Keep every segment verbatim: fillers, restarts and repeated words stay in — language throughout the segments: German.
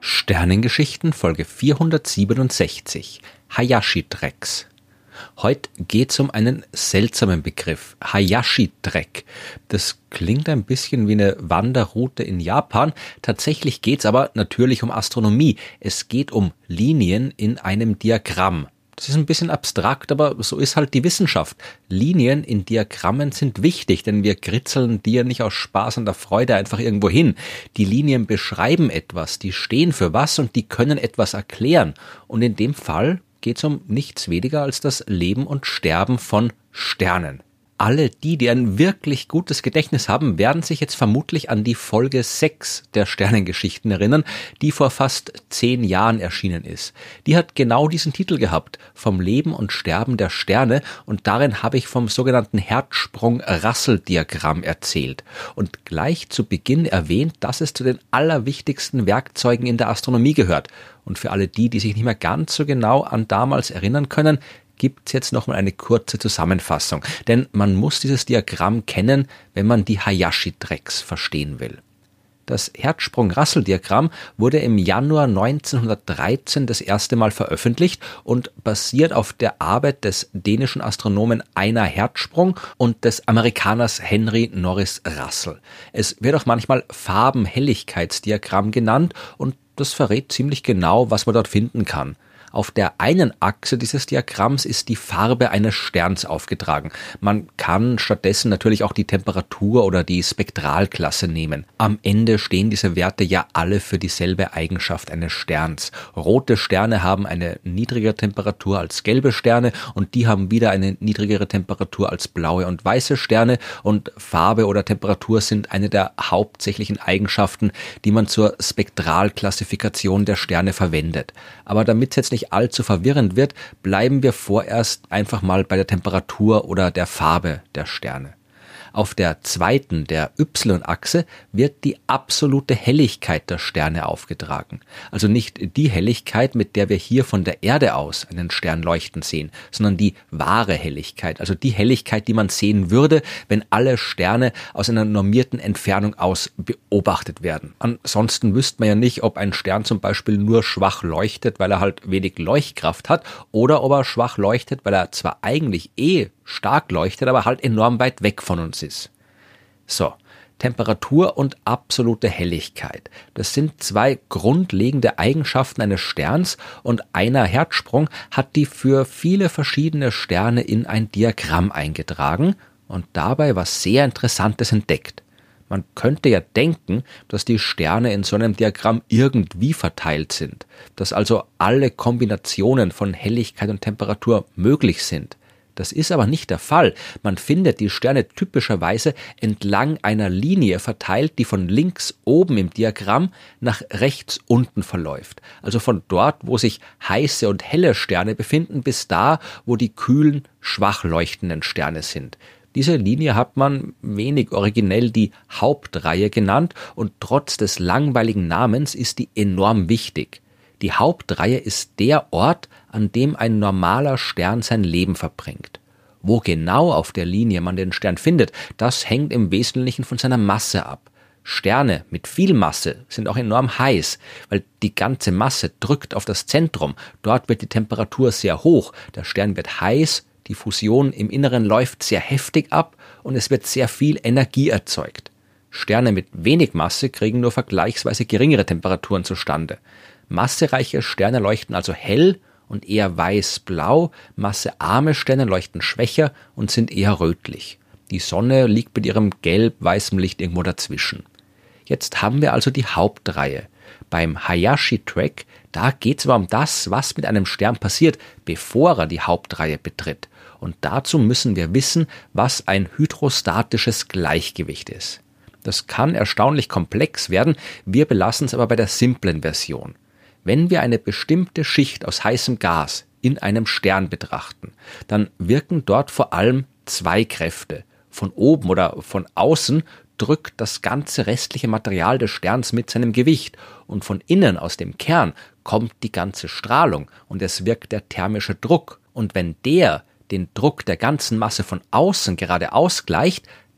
Sternengeschichten Folge vierhundertsiebenundsechzig Hayashi-Drecks. Heute geht's um einen seltsamen Begriff, Hayashi-Dreck. Das klingt ein bisschen wie eine Wanderroute in Japan. Tatsächlich geht's aber natürlich um Astronomie. Es geht um Linien in einem Diagramm. Das ist ein bisschen abstrakt, aber so ist halt die Wissenschaft. Linien in Diagrammen sind wichtig, denn wir kritzeln die ja nicht aus Spaß und der Freude einfach irgendwo hin. Die Linien beschreiben etwas, die stehen für was und die können etwas erklären. Und in dem Fall geht es um nichts weniger als das Leben und Sterben von Sternen. Alle die, die ein wirklich gutes Gedächtnis haben, werden sich jetzt vermutlich an die Folge sechs der Sternengeschichten erinnern, die vor fast zehn Jahren erschienen ist. Die hat genau diesen Titel gehabt, vom Leben und Sterben der Sterne, und darin habe ich vom sogenannten Herzsprung-Russell-Diagramm erzählt und gleich zu Beginn erwähnt, dass es zu den allerwichtigsten Werkzeugen in der Astronomie gehört. Und für alle die, die sich nicht mehr ganz so genau an damals erinnern können, gibt es jetzt nochmal eine kurze Zusammenfassung. Denn man muss dieses Diagramm kennen, wenn man die Hayashi-Drecks verstehen will. Das Herzsprung-Russell-Diagramm wurde im Januar neunzehnhundertdreizehn das erste Mal veröffentlicht und basiert auf der Arbeit des dänischen Astronomen Einar Hertzsprung und des Amerikaners Henry Norris Russell. Es wird auch manchmal Farben-Helligkeitsdiagramm genannt und das verrät ziemlich genau, was man dort finden kann. Auf der einen Achse dieses Diagramms ist die Farbe eines Sterns aufgetragen. Man kann stattdessen natürlich auch die Temperatur oder die Spektralklasse nehmen. Am Ende stehen diese Werte ja alle für dieselbe Eigenschaft eines Sterns. Rote Sterne haben eine niedrigere Temperatur als gelbe Sterne und die haben wieder eine niedrigere Temperatur als blaue und weiße Sterne, und Farbe oder Temperatur sind eine der hauptsächlichen Eigenschaften, die man zur Spektralklassifikation der Sterne verwendet. Aber damit es jetzt nicht allzu verwirrend wird, bleiben wir vorerst einfach mal bei der Temperatur oder der Farbe der Sterne. Auf der zweiten, der Y-Achse, wird die absolute Helligkeit der Sterne aufgetragen. Also nicht die Helligkeit, mit der wir hier von der Erde aus einen Stern leuchten sehen, sondern die wahre Helligkeit, also die Helligkeit, die man sehen würde, wenn alle Sterne aus einer normierten Entfernung aus beobachtet werden. Ansonsten wüsste man ja nicht, ob ein Stern zum Beispiel nur schwach leuchtet, weil er halt wenig Leuchtkraft hat, oder ob er schwach leuchtet, weil er zwar eigentlich eh stark leuchtet, aber halt enorm weit weg von uns ist. So, Temperatur und absolute Helligkeit. Das sind zwei grundlegende Eigenschaften eines Sterns, und Einar Hertzsprung hat die für viele verschiedene Sterne in ein Diagramm eingetragen und dabei was sehr Interessantes entdeckt. Man könnte ja denken, dass die Sterne in so einem Diagramm irgendwie verteilt sind, dass also alle Kombinationen von Helligkeit und Temperatur möglich sind. Das ist aber nicht der Fall. Man findet die Sterne typischerweise entlang einer Linie verteilt, die von links oben im Diagramm nach rechts unten verläuft. Also von dort, wo sich heiße und helle Sterne befinden, bis da, wo die kühlen, schwach leuchtenden Sterne sind. Diese Linie hat man wenig originell die Hauptreihe genannt, und trotz des langweiligen Namens ist die enorm wichtig. Die Hauptreihe ist der Ort, an dem ein normaler Stern sein Leben verbringt. Wo genau auf der Linie man den Stern findet, das hängt im Wesentlichen von seiner Masse ab. Sterne mit viel Masse sind auch enorm heiß, weil die ganze Masse drückt auf das Zentrum. Dort wird die Temperatur sehr hoch, der Stern wird heiß, die Fusion im Inneren läuft sehr heftig ab und es wird sehr viel Energie erzeugt. Sterne mit wenig Masse kriegen nur vergleichsweise geringere Temperaturen zustande. Massereiche Sterne leuchten also hell und eher weiß-blau, massearme Sterne leuchten schwächer und sind eher rötlich. Die Sonne liegt mit ihrem gelb-weißem Licht irgendwo dazwischen. Jetzt haben wir also die Hauptreihe. Beim Hayashi-Track, da geht es aber um das, was mit einem Stern passiert, bevor er die Hauptreihe betritt. Und dazu müssen wir wissen, was ein hydrostatisches Gleichgewicht ist. Das kann erstaunlich komplex werden, wir belassen es aber bei der simplen Version. Wenn wir eine bestimmte Schicht aus heißem Gas in einem Stern betrachten, dann wirken dort vor allem zwei Kräfte. Von oben oder von außen drückt das ganze restliche Material des Sterns mit seinem Gewicht, und von innen aus dem Kern kommt die ganze Strahlung und es wirkt der thermische Druck. Und wenn der den Druck der ganzen Masse von außen gerade ausgleicht,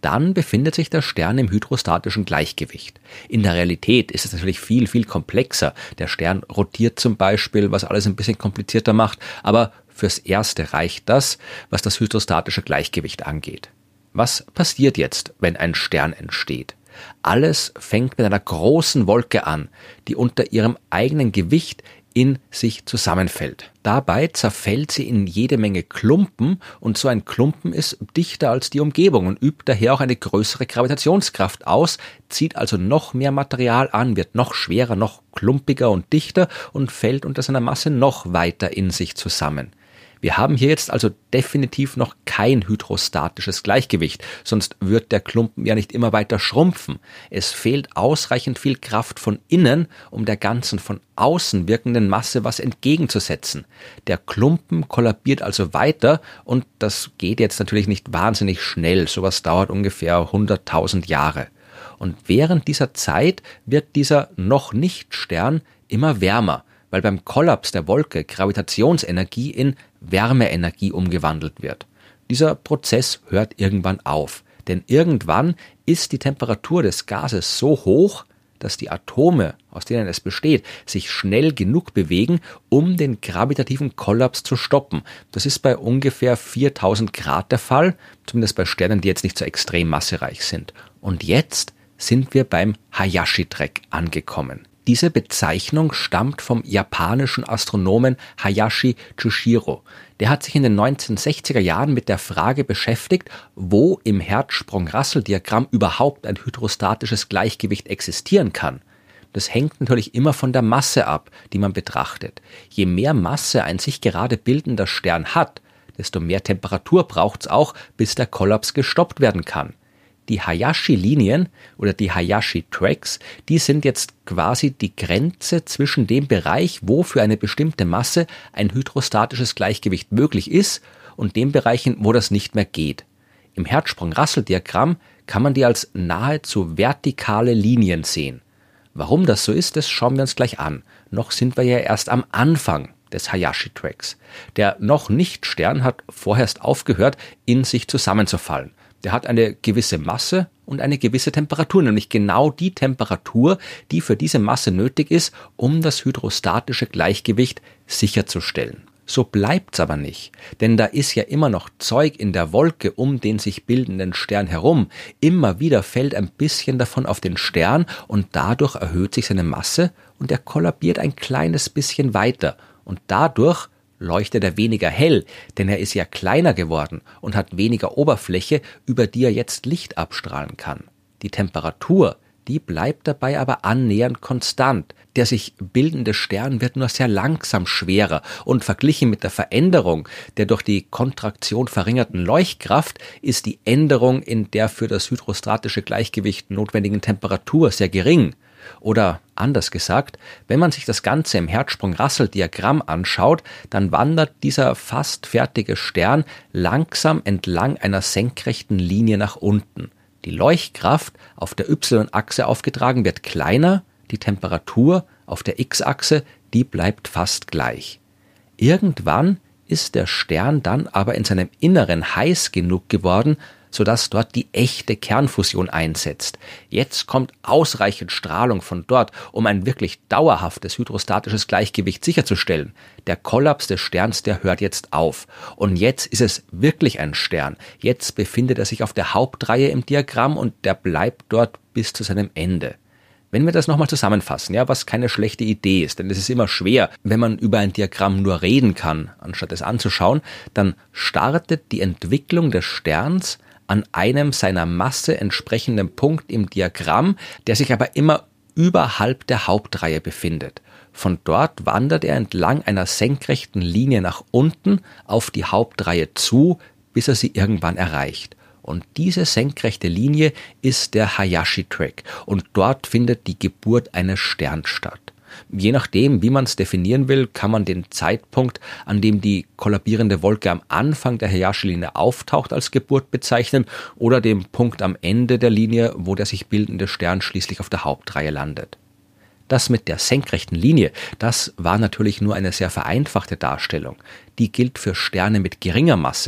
dann befindet sich der Stern im hydrostatischen Gleichgewicht. In der Realität ist es natürlich viel, viel komplexer. Der Stern rotiert zum Beispiel, was alles ein bisschen komplizierter macht, aber fürs Erste reicht das, was das hydrostatische Gleichgewicht angeht. Was passiert jetzt, wenn ein Stern entsteht? Alles fängt mit einer großen Wolke an, die unter ihrem eigenen Gewicht in sich zusammenfällt. Dabei zerfällt sie in jede Menge Klumpen und so ein Klumpen ist dichter als die Umgebung und übt daher auch eine größere Gravitationskraft aus, zieht also noch mehr Material an, wird noch schwerer, noch klumpiger und dichter und fällt unter seiner Masse noch weiter in sich zusammen. Wir haben hier jetzt also definitiv noch kein hydrostatisches Gleichgewicht, sonst wird der Klumpen ja nicht immer weiter schrumpfen. Es fehlt ausreichend viel Kraft von innen, um der ganzen von außen wirkenden Masse was entgegenzusetzen. Der Klumpen kollabiert also weiter und das geht jetzt natürlich nicht wahnsinnig schnell, sowas dauert ungefähr hunderttausend Jahre. Und während dieser Zeit wird dieser noch nicht Stern immer wärmer, weil beim Kollaps der Wolke Gravitationsenergie in Wärmeenergie umgewandelt wird. Dieser Prozess hört irgendwann auf, denn irgendwann ist die Temperatur des Gases so hoch, dass die Atome, aus denen es besteht, sich schnell genug bewegen, um den gravitativen Kollaps zu stoppen. Das ist bei ungefähr viertausend Grad der Fall, zumindest bei Sternen, die jetzt nicht so extrem massereich sind. Und jetzt sind wir beim Hayashi-Track angekommen. Diese Bezeichnung stammt vom japanischen Astronomen Hayashi Tsuchiro. Der hat sich in den neunzehnhundertsechziger Jahren mit der Frage beschäftigt, wo im Hertzsprung-Russell-Diagramm überhaupt ein hydrostatisches Gleichgewicht existieren kann. Das hängt natürlich immer von der Masse ab, die man betrachtet. Je mehr Masse ein sich gerade bildender Stern hat, desto mehr Temperatur braucht es auch, bis der Kollaps gestoppt werden kann. Die Hayashi-Linien oder die Hayashi-Tracks, die sind jetzt quasi die Grenze zwischen dem Bereich, wo für eine bestimmte Masse ein hydrostatisches Gleichgewicht möglich ist und den Bereichen, wo das nicht mehr geht. Im Hertzsprung-Russell-Diagramm kann man die als nahezu vertikale Linien sehen. Warum das so ist, das schauen wir uns gleich an. Noch sind wir ja erst am Anfang des Hayashi-Tracks. Der Noch-Nicht-Stern hat vorerst aufgehört, in sich zusammenzufallen. Der hat eine gewisse Masse und eine gewisse Temperatur, nämlich genau die Temperatur, die für diese Masse nötig ist, um das hydrostatische Gleichgewicht sicherzustellen. So bleibt's aber nicht, denn da ist ja immer noch Zeug in der Wolke um den sich bildenden Stern herum. Immer wieder fällt ein bisschen davon auf den Stern und dadurch erhöht sich seine Masse und er kollabiert ein kleines bisschen weiter und dadurch leuchtet er weniger hell, denn er ist ja kleiner geworden und hat weniger Oberfläche, über die er jetzt Licht abstrahlen kann. Die Temperatur, die bleibt dabei aber annähernd konstant. Der sich bildende Stern wird nur sehr langsam schwerer und verglichen mit der Veränderung der durch die Kontraktion verringerten Leuchtkraft ist die Änderung in der für das hydrostatische Gleichgewicht notwendigen Temperatur sehr gering. Oder anders gesagt, wenn man sich das Ganze im Hertzsprung-Russell-Diagramm anschaut, dann wandert dieser fast fertige Stern langsam entlang einer senkrechten Linie nach unten. Die Leuchtkraft auf der Y-Achse aufgetragen wird kleiner, die Temperatur auf der X-Achse, die bleibt fast gleich. Irgendwann ist der Stern dann aber in seinem Inneren heiß genug geworden, sodass dort die echte Kernfusion einsetzt. Jetzt kommt ausreichend Strahlung von dort, um ein wirklich dauerhaftes hydrostatisches Gleichgewicht sicherzustellen. Der Kollaps des Sterns, der hört jetzt auf. Und jetzt ist es wirklich ein Stern. Jetzt befindet er sich auf der Hauptreihe im Diagramm und der bleibt dort bis zu seinem Ende. Wenn wir das nochmal zusammenfassen, ja, was keine schlechte Idee ist, denn es ist immer schwer, wenn man über ein Diagramm nur reden kann, anstatt es anzuschauen, dann startet die Entwicklung des Sterns an einem seiner Masse entsprechenden Punkt im Diagramm, der sich aber immer überhalb der Hauptreihe befindet. Von dort wandert er entlang einer senkrechten Linie nach unten auf die Hauptreihe zu, bis er sie irgendwann erreicht. Und diese senkrechte Linie ist der Hayashi-Track und dort findet die Geburt eines Sterns statt. Je nachdem, wie man es definieren will, kann man den Zeitpunkt, an dem die kollabierende Wolke am Anfang der Hayashi-Linie auftaucht, als Geburt bezeichnen oder den Punkt am Ende der Linie, wo der sich bildende Stern schließlich auf der Hauptreihe landet. Das mit der senkrechten Linie, das war natürlich nur eine sehr vereinfachte Darstellung. Die gilt für Sterne mit geringer Masse.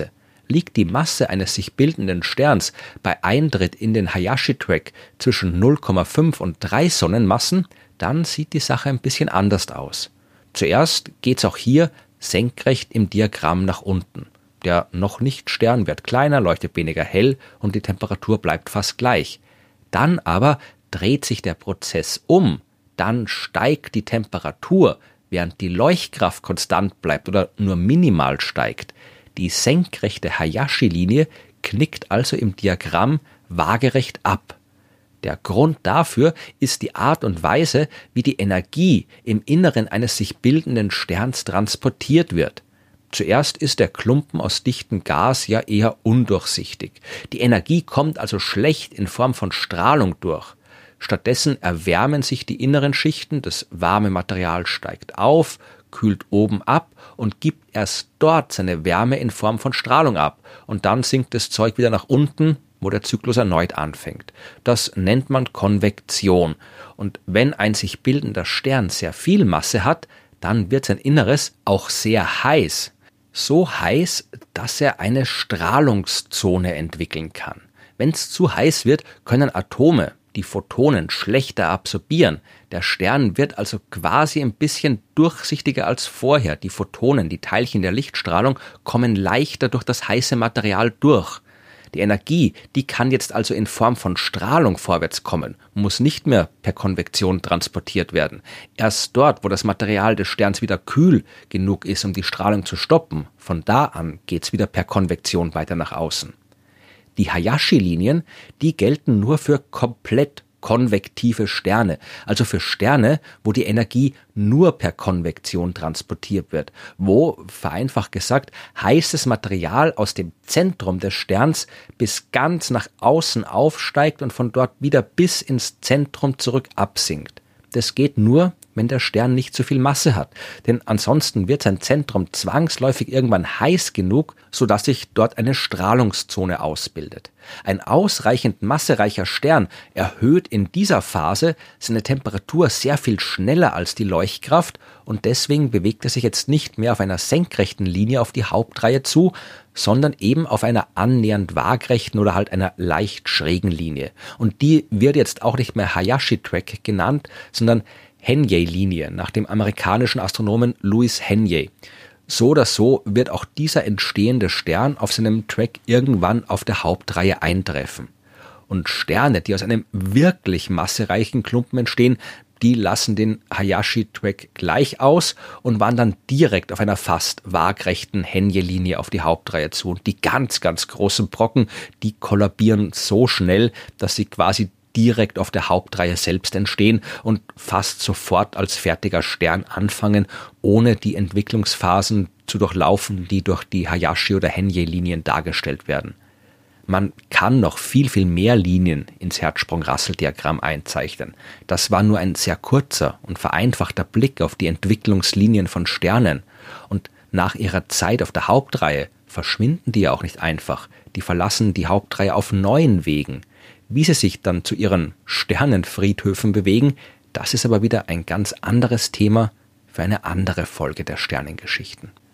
liegt die Masse eines sich bildenden Sterns bei Eintritt in den Hayashi-Track zwischen null Komma fünf und drei Sonnenmassen, dann sieht die Sache ein bisschen anders aus. Zuerst geht es auch hier senkrecht im Diagramm nach unten. Der noch nicht Stern wird kleiner, leuchtet weniger hell und die Temperatur bleibt fast gleich. Dann aber dreht sich der Prozess um, dann steigt die Temperatur, während die Leuchtkraft konstant bleibt oder nur minimal steigt. Die senkrechte Hayashi-Linie knickt also im Diagramm waagerecht ab. Der Grund dafür ist die Art und Weise, wie die Energie im Inneren eines sich bildenden Sterns transportiert wird. Zuerst ist der Klumpen aus dichtem Gas ja eher undurchsichtig. Die Energie kommt also schlecht in Form von Strahlung durch. Stattdessen erwärmen sich die inneren Schichten, das warme Material steigt auf, kühlt oben ab und gibt erst dort seine Wärme in Form von Strahlung ab. Und dann sinkt das Zeug wieder nach unten, wo der Zyklus erneut anfängt. Das nennt man Konvektion. Und wenn ein sich bildender Stern sehr viel Masse hat, dann wird sein Inneres auch sehr heiß. So heiß, dass er eine Strahlungszone entwickeln kann. Wenn es zu heiß wird, können Atome die Photonen schlechter absorbieren. Der Stern wird also quasi ein bisschen durchsichtiger als vorher. Die Photonen, die Teilchen der Lichtstrahlung, kommen leichter durch das heiße Material durch. Die Energie, die kann jetzt also in Form von Strahlung vorwärts kommen, muss nicht mehr per Konvektion transportiert werden. Erst dort, wo das Material des Sterns wieder kühl genug ist, um die Strahlung zu stoppen, von da an geht's wieder per Konvektion weiter nach außen. Die Hayashi-Linien, die gelten nur für komplett konvektive Sterne, also für Sterne, wo die Energie nur per Konvektion transportiert wird, wo, vereinfacht gesagt, heißes Material aus dem Zentrum des Sterns bis ganz nach außen aufsteigt und von dort wieder bis ins Zentrum zurück absinkt. Das geht nur, wenn der Stern nicht so viel Masse hat, denn ansonsten wird sein Zentrum zwangsläufig irgendwann heiß genug, sodass sich dort eine Strahlungszone ausbildet. Ein ausreichend massereicher Stern erhöht in dieser Phase seine Temperatur sehr viel schneller als die Leuchtkraft und deswegen bewegt er sich jetzt nicht mehr auf einer senkrechten Linie auf die Hauptreihe zu, sondern eben auf einer annähernd waagrechten oder halt einer leicht schrägen Linie. Und die wird jetzt auch nicht mehr Hayashi-Track genannt, sondern Henyey-Linie nach dem amerikanischen Astronomen Louis Henyey. So oder so wird auch dieser entstehende Stern auf seinem Track irgendwann auf der Hauptreihe eintreffen. Und Sterne, die aus einem wirklich massereichen Klumpen entstehen, die lassen den Hayashi-Track gleich aus und wandern direkt auf einer fast waagrechten Henyey-Linie auf die Hauptreihe zu. Und die ganz, ganz großen Brocken, die kollabieren so schnell, dass sie quasi direkt auf der Hauptreihe selbst entstehen und fast sofort als fertiger Stern anfangen, ohne die Entwicklungsphasen zu durchlaufen, die durch die Hayashi- oder Henyey-Linien dargestellt werden. Man kann noch viel, viel mehr Linien ins Herzsprung-Russell-Diagramm einzeichnen. Das war nur ein sehr kurzer und vereinfachter Blick auf die Entwicklungslinien von Sternen. Und nach ihrer Zeit auf der Hauptreihe verschwinden die ja auch nicht einfach. Die verlassen die Hauptreihe auf neuen Wegen. Wie sie sich dann zu ihren Sternenfriedhöfen bewegen, das ist aber wieder ein ganz anderes Thema für eine andere Folge der Sternengeschichten.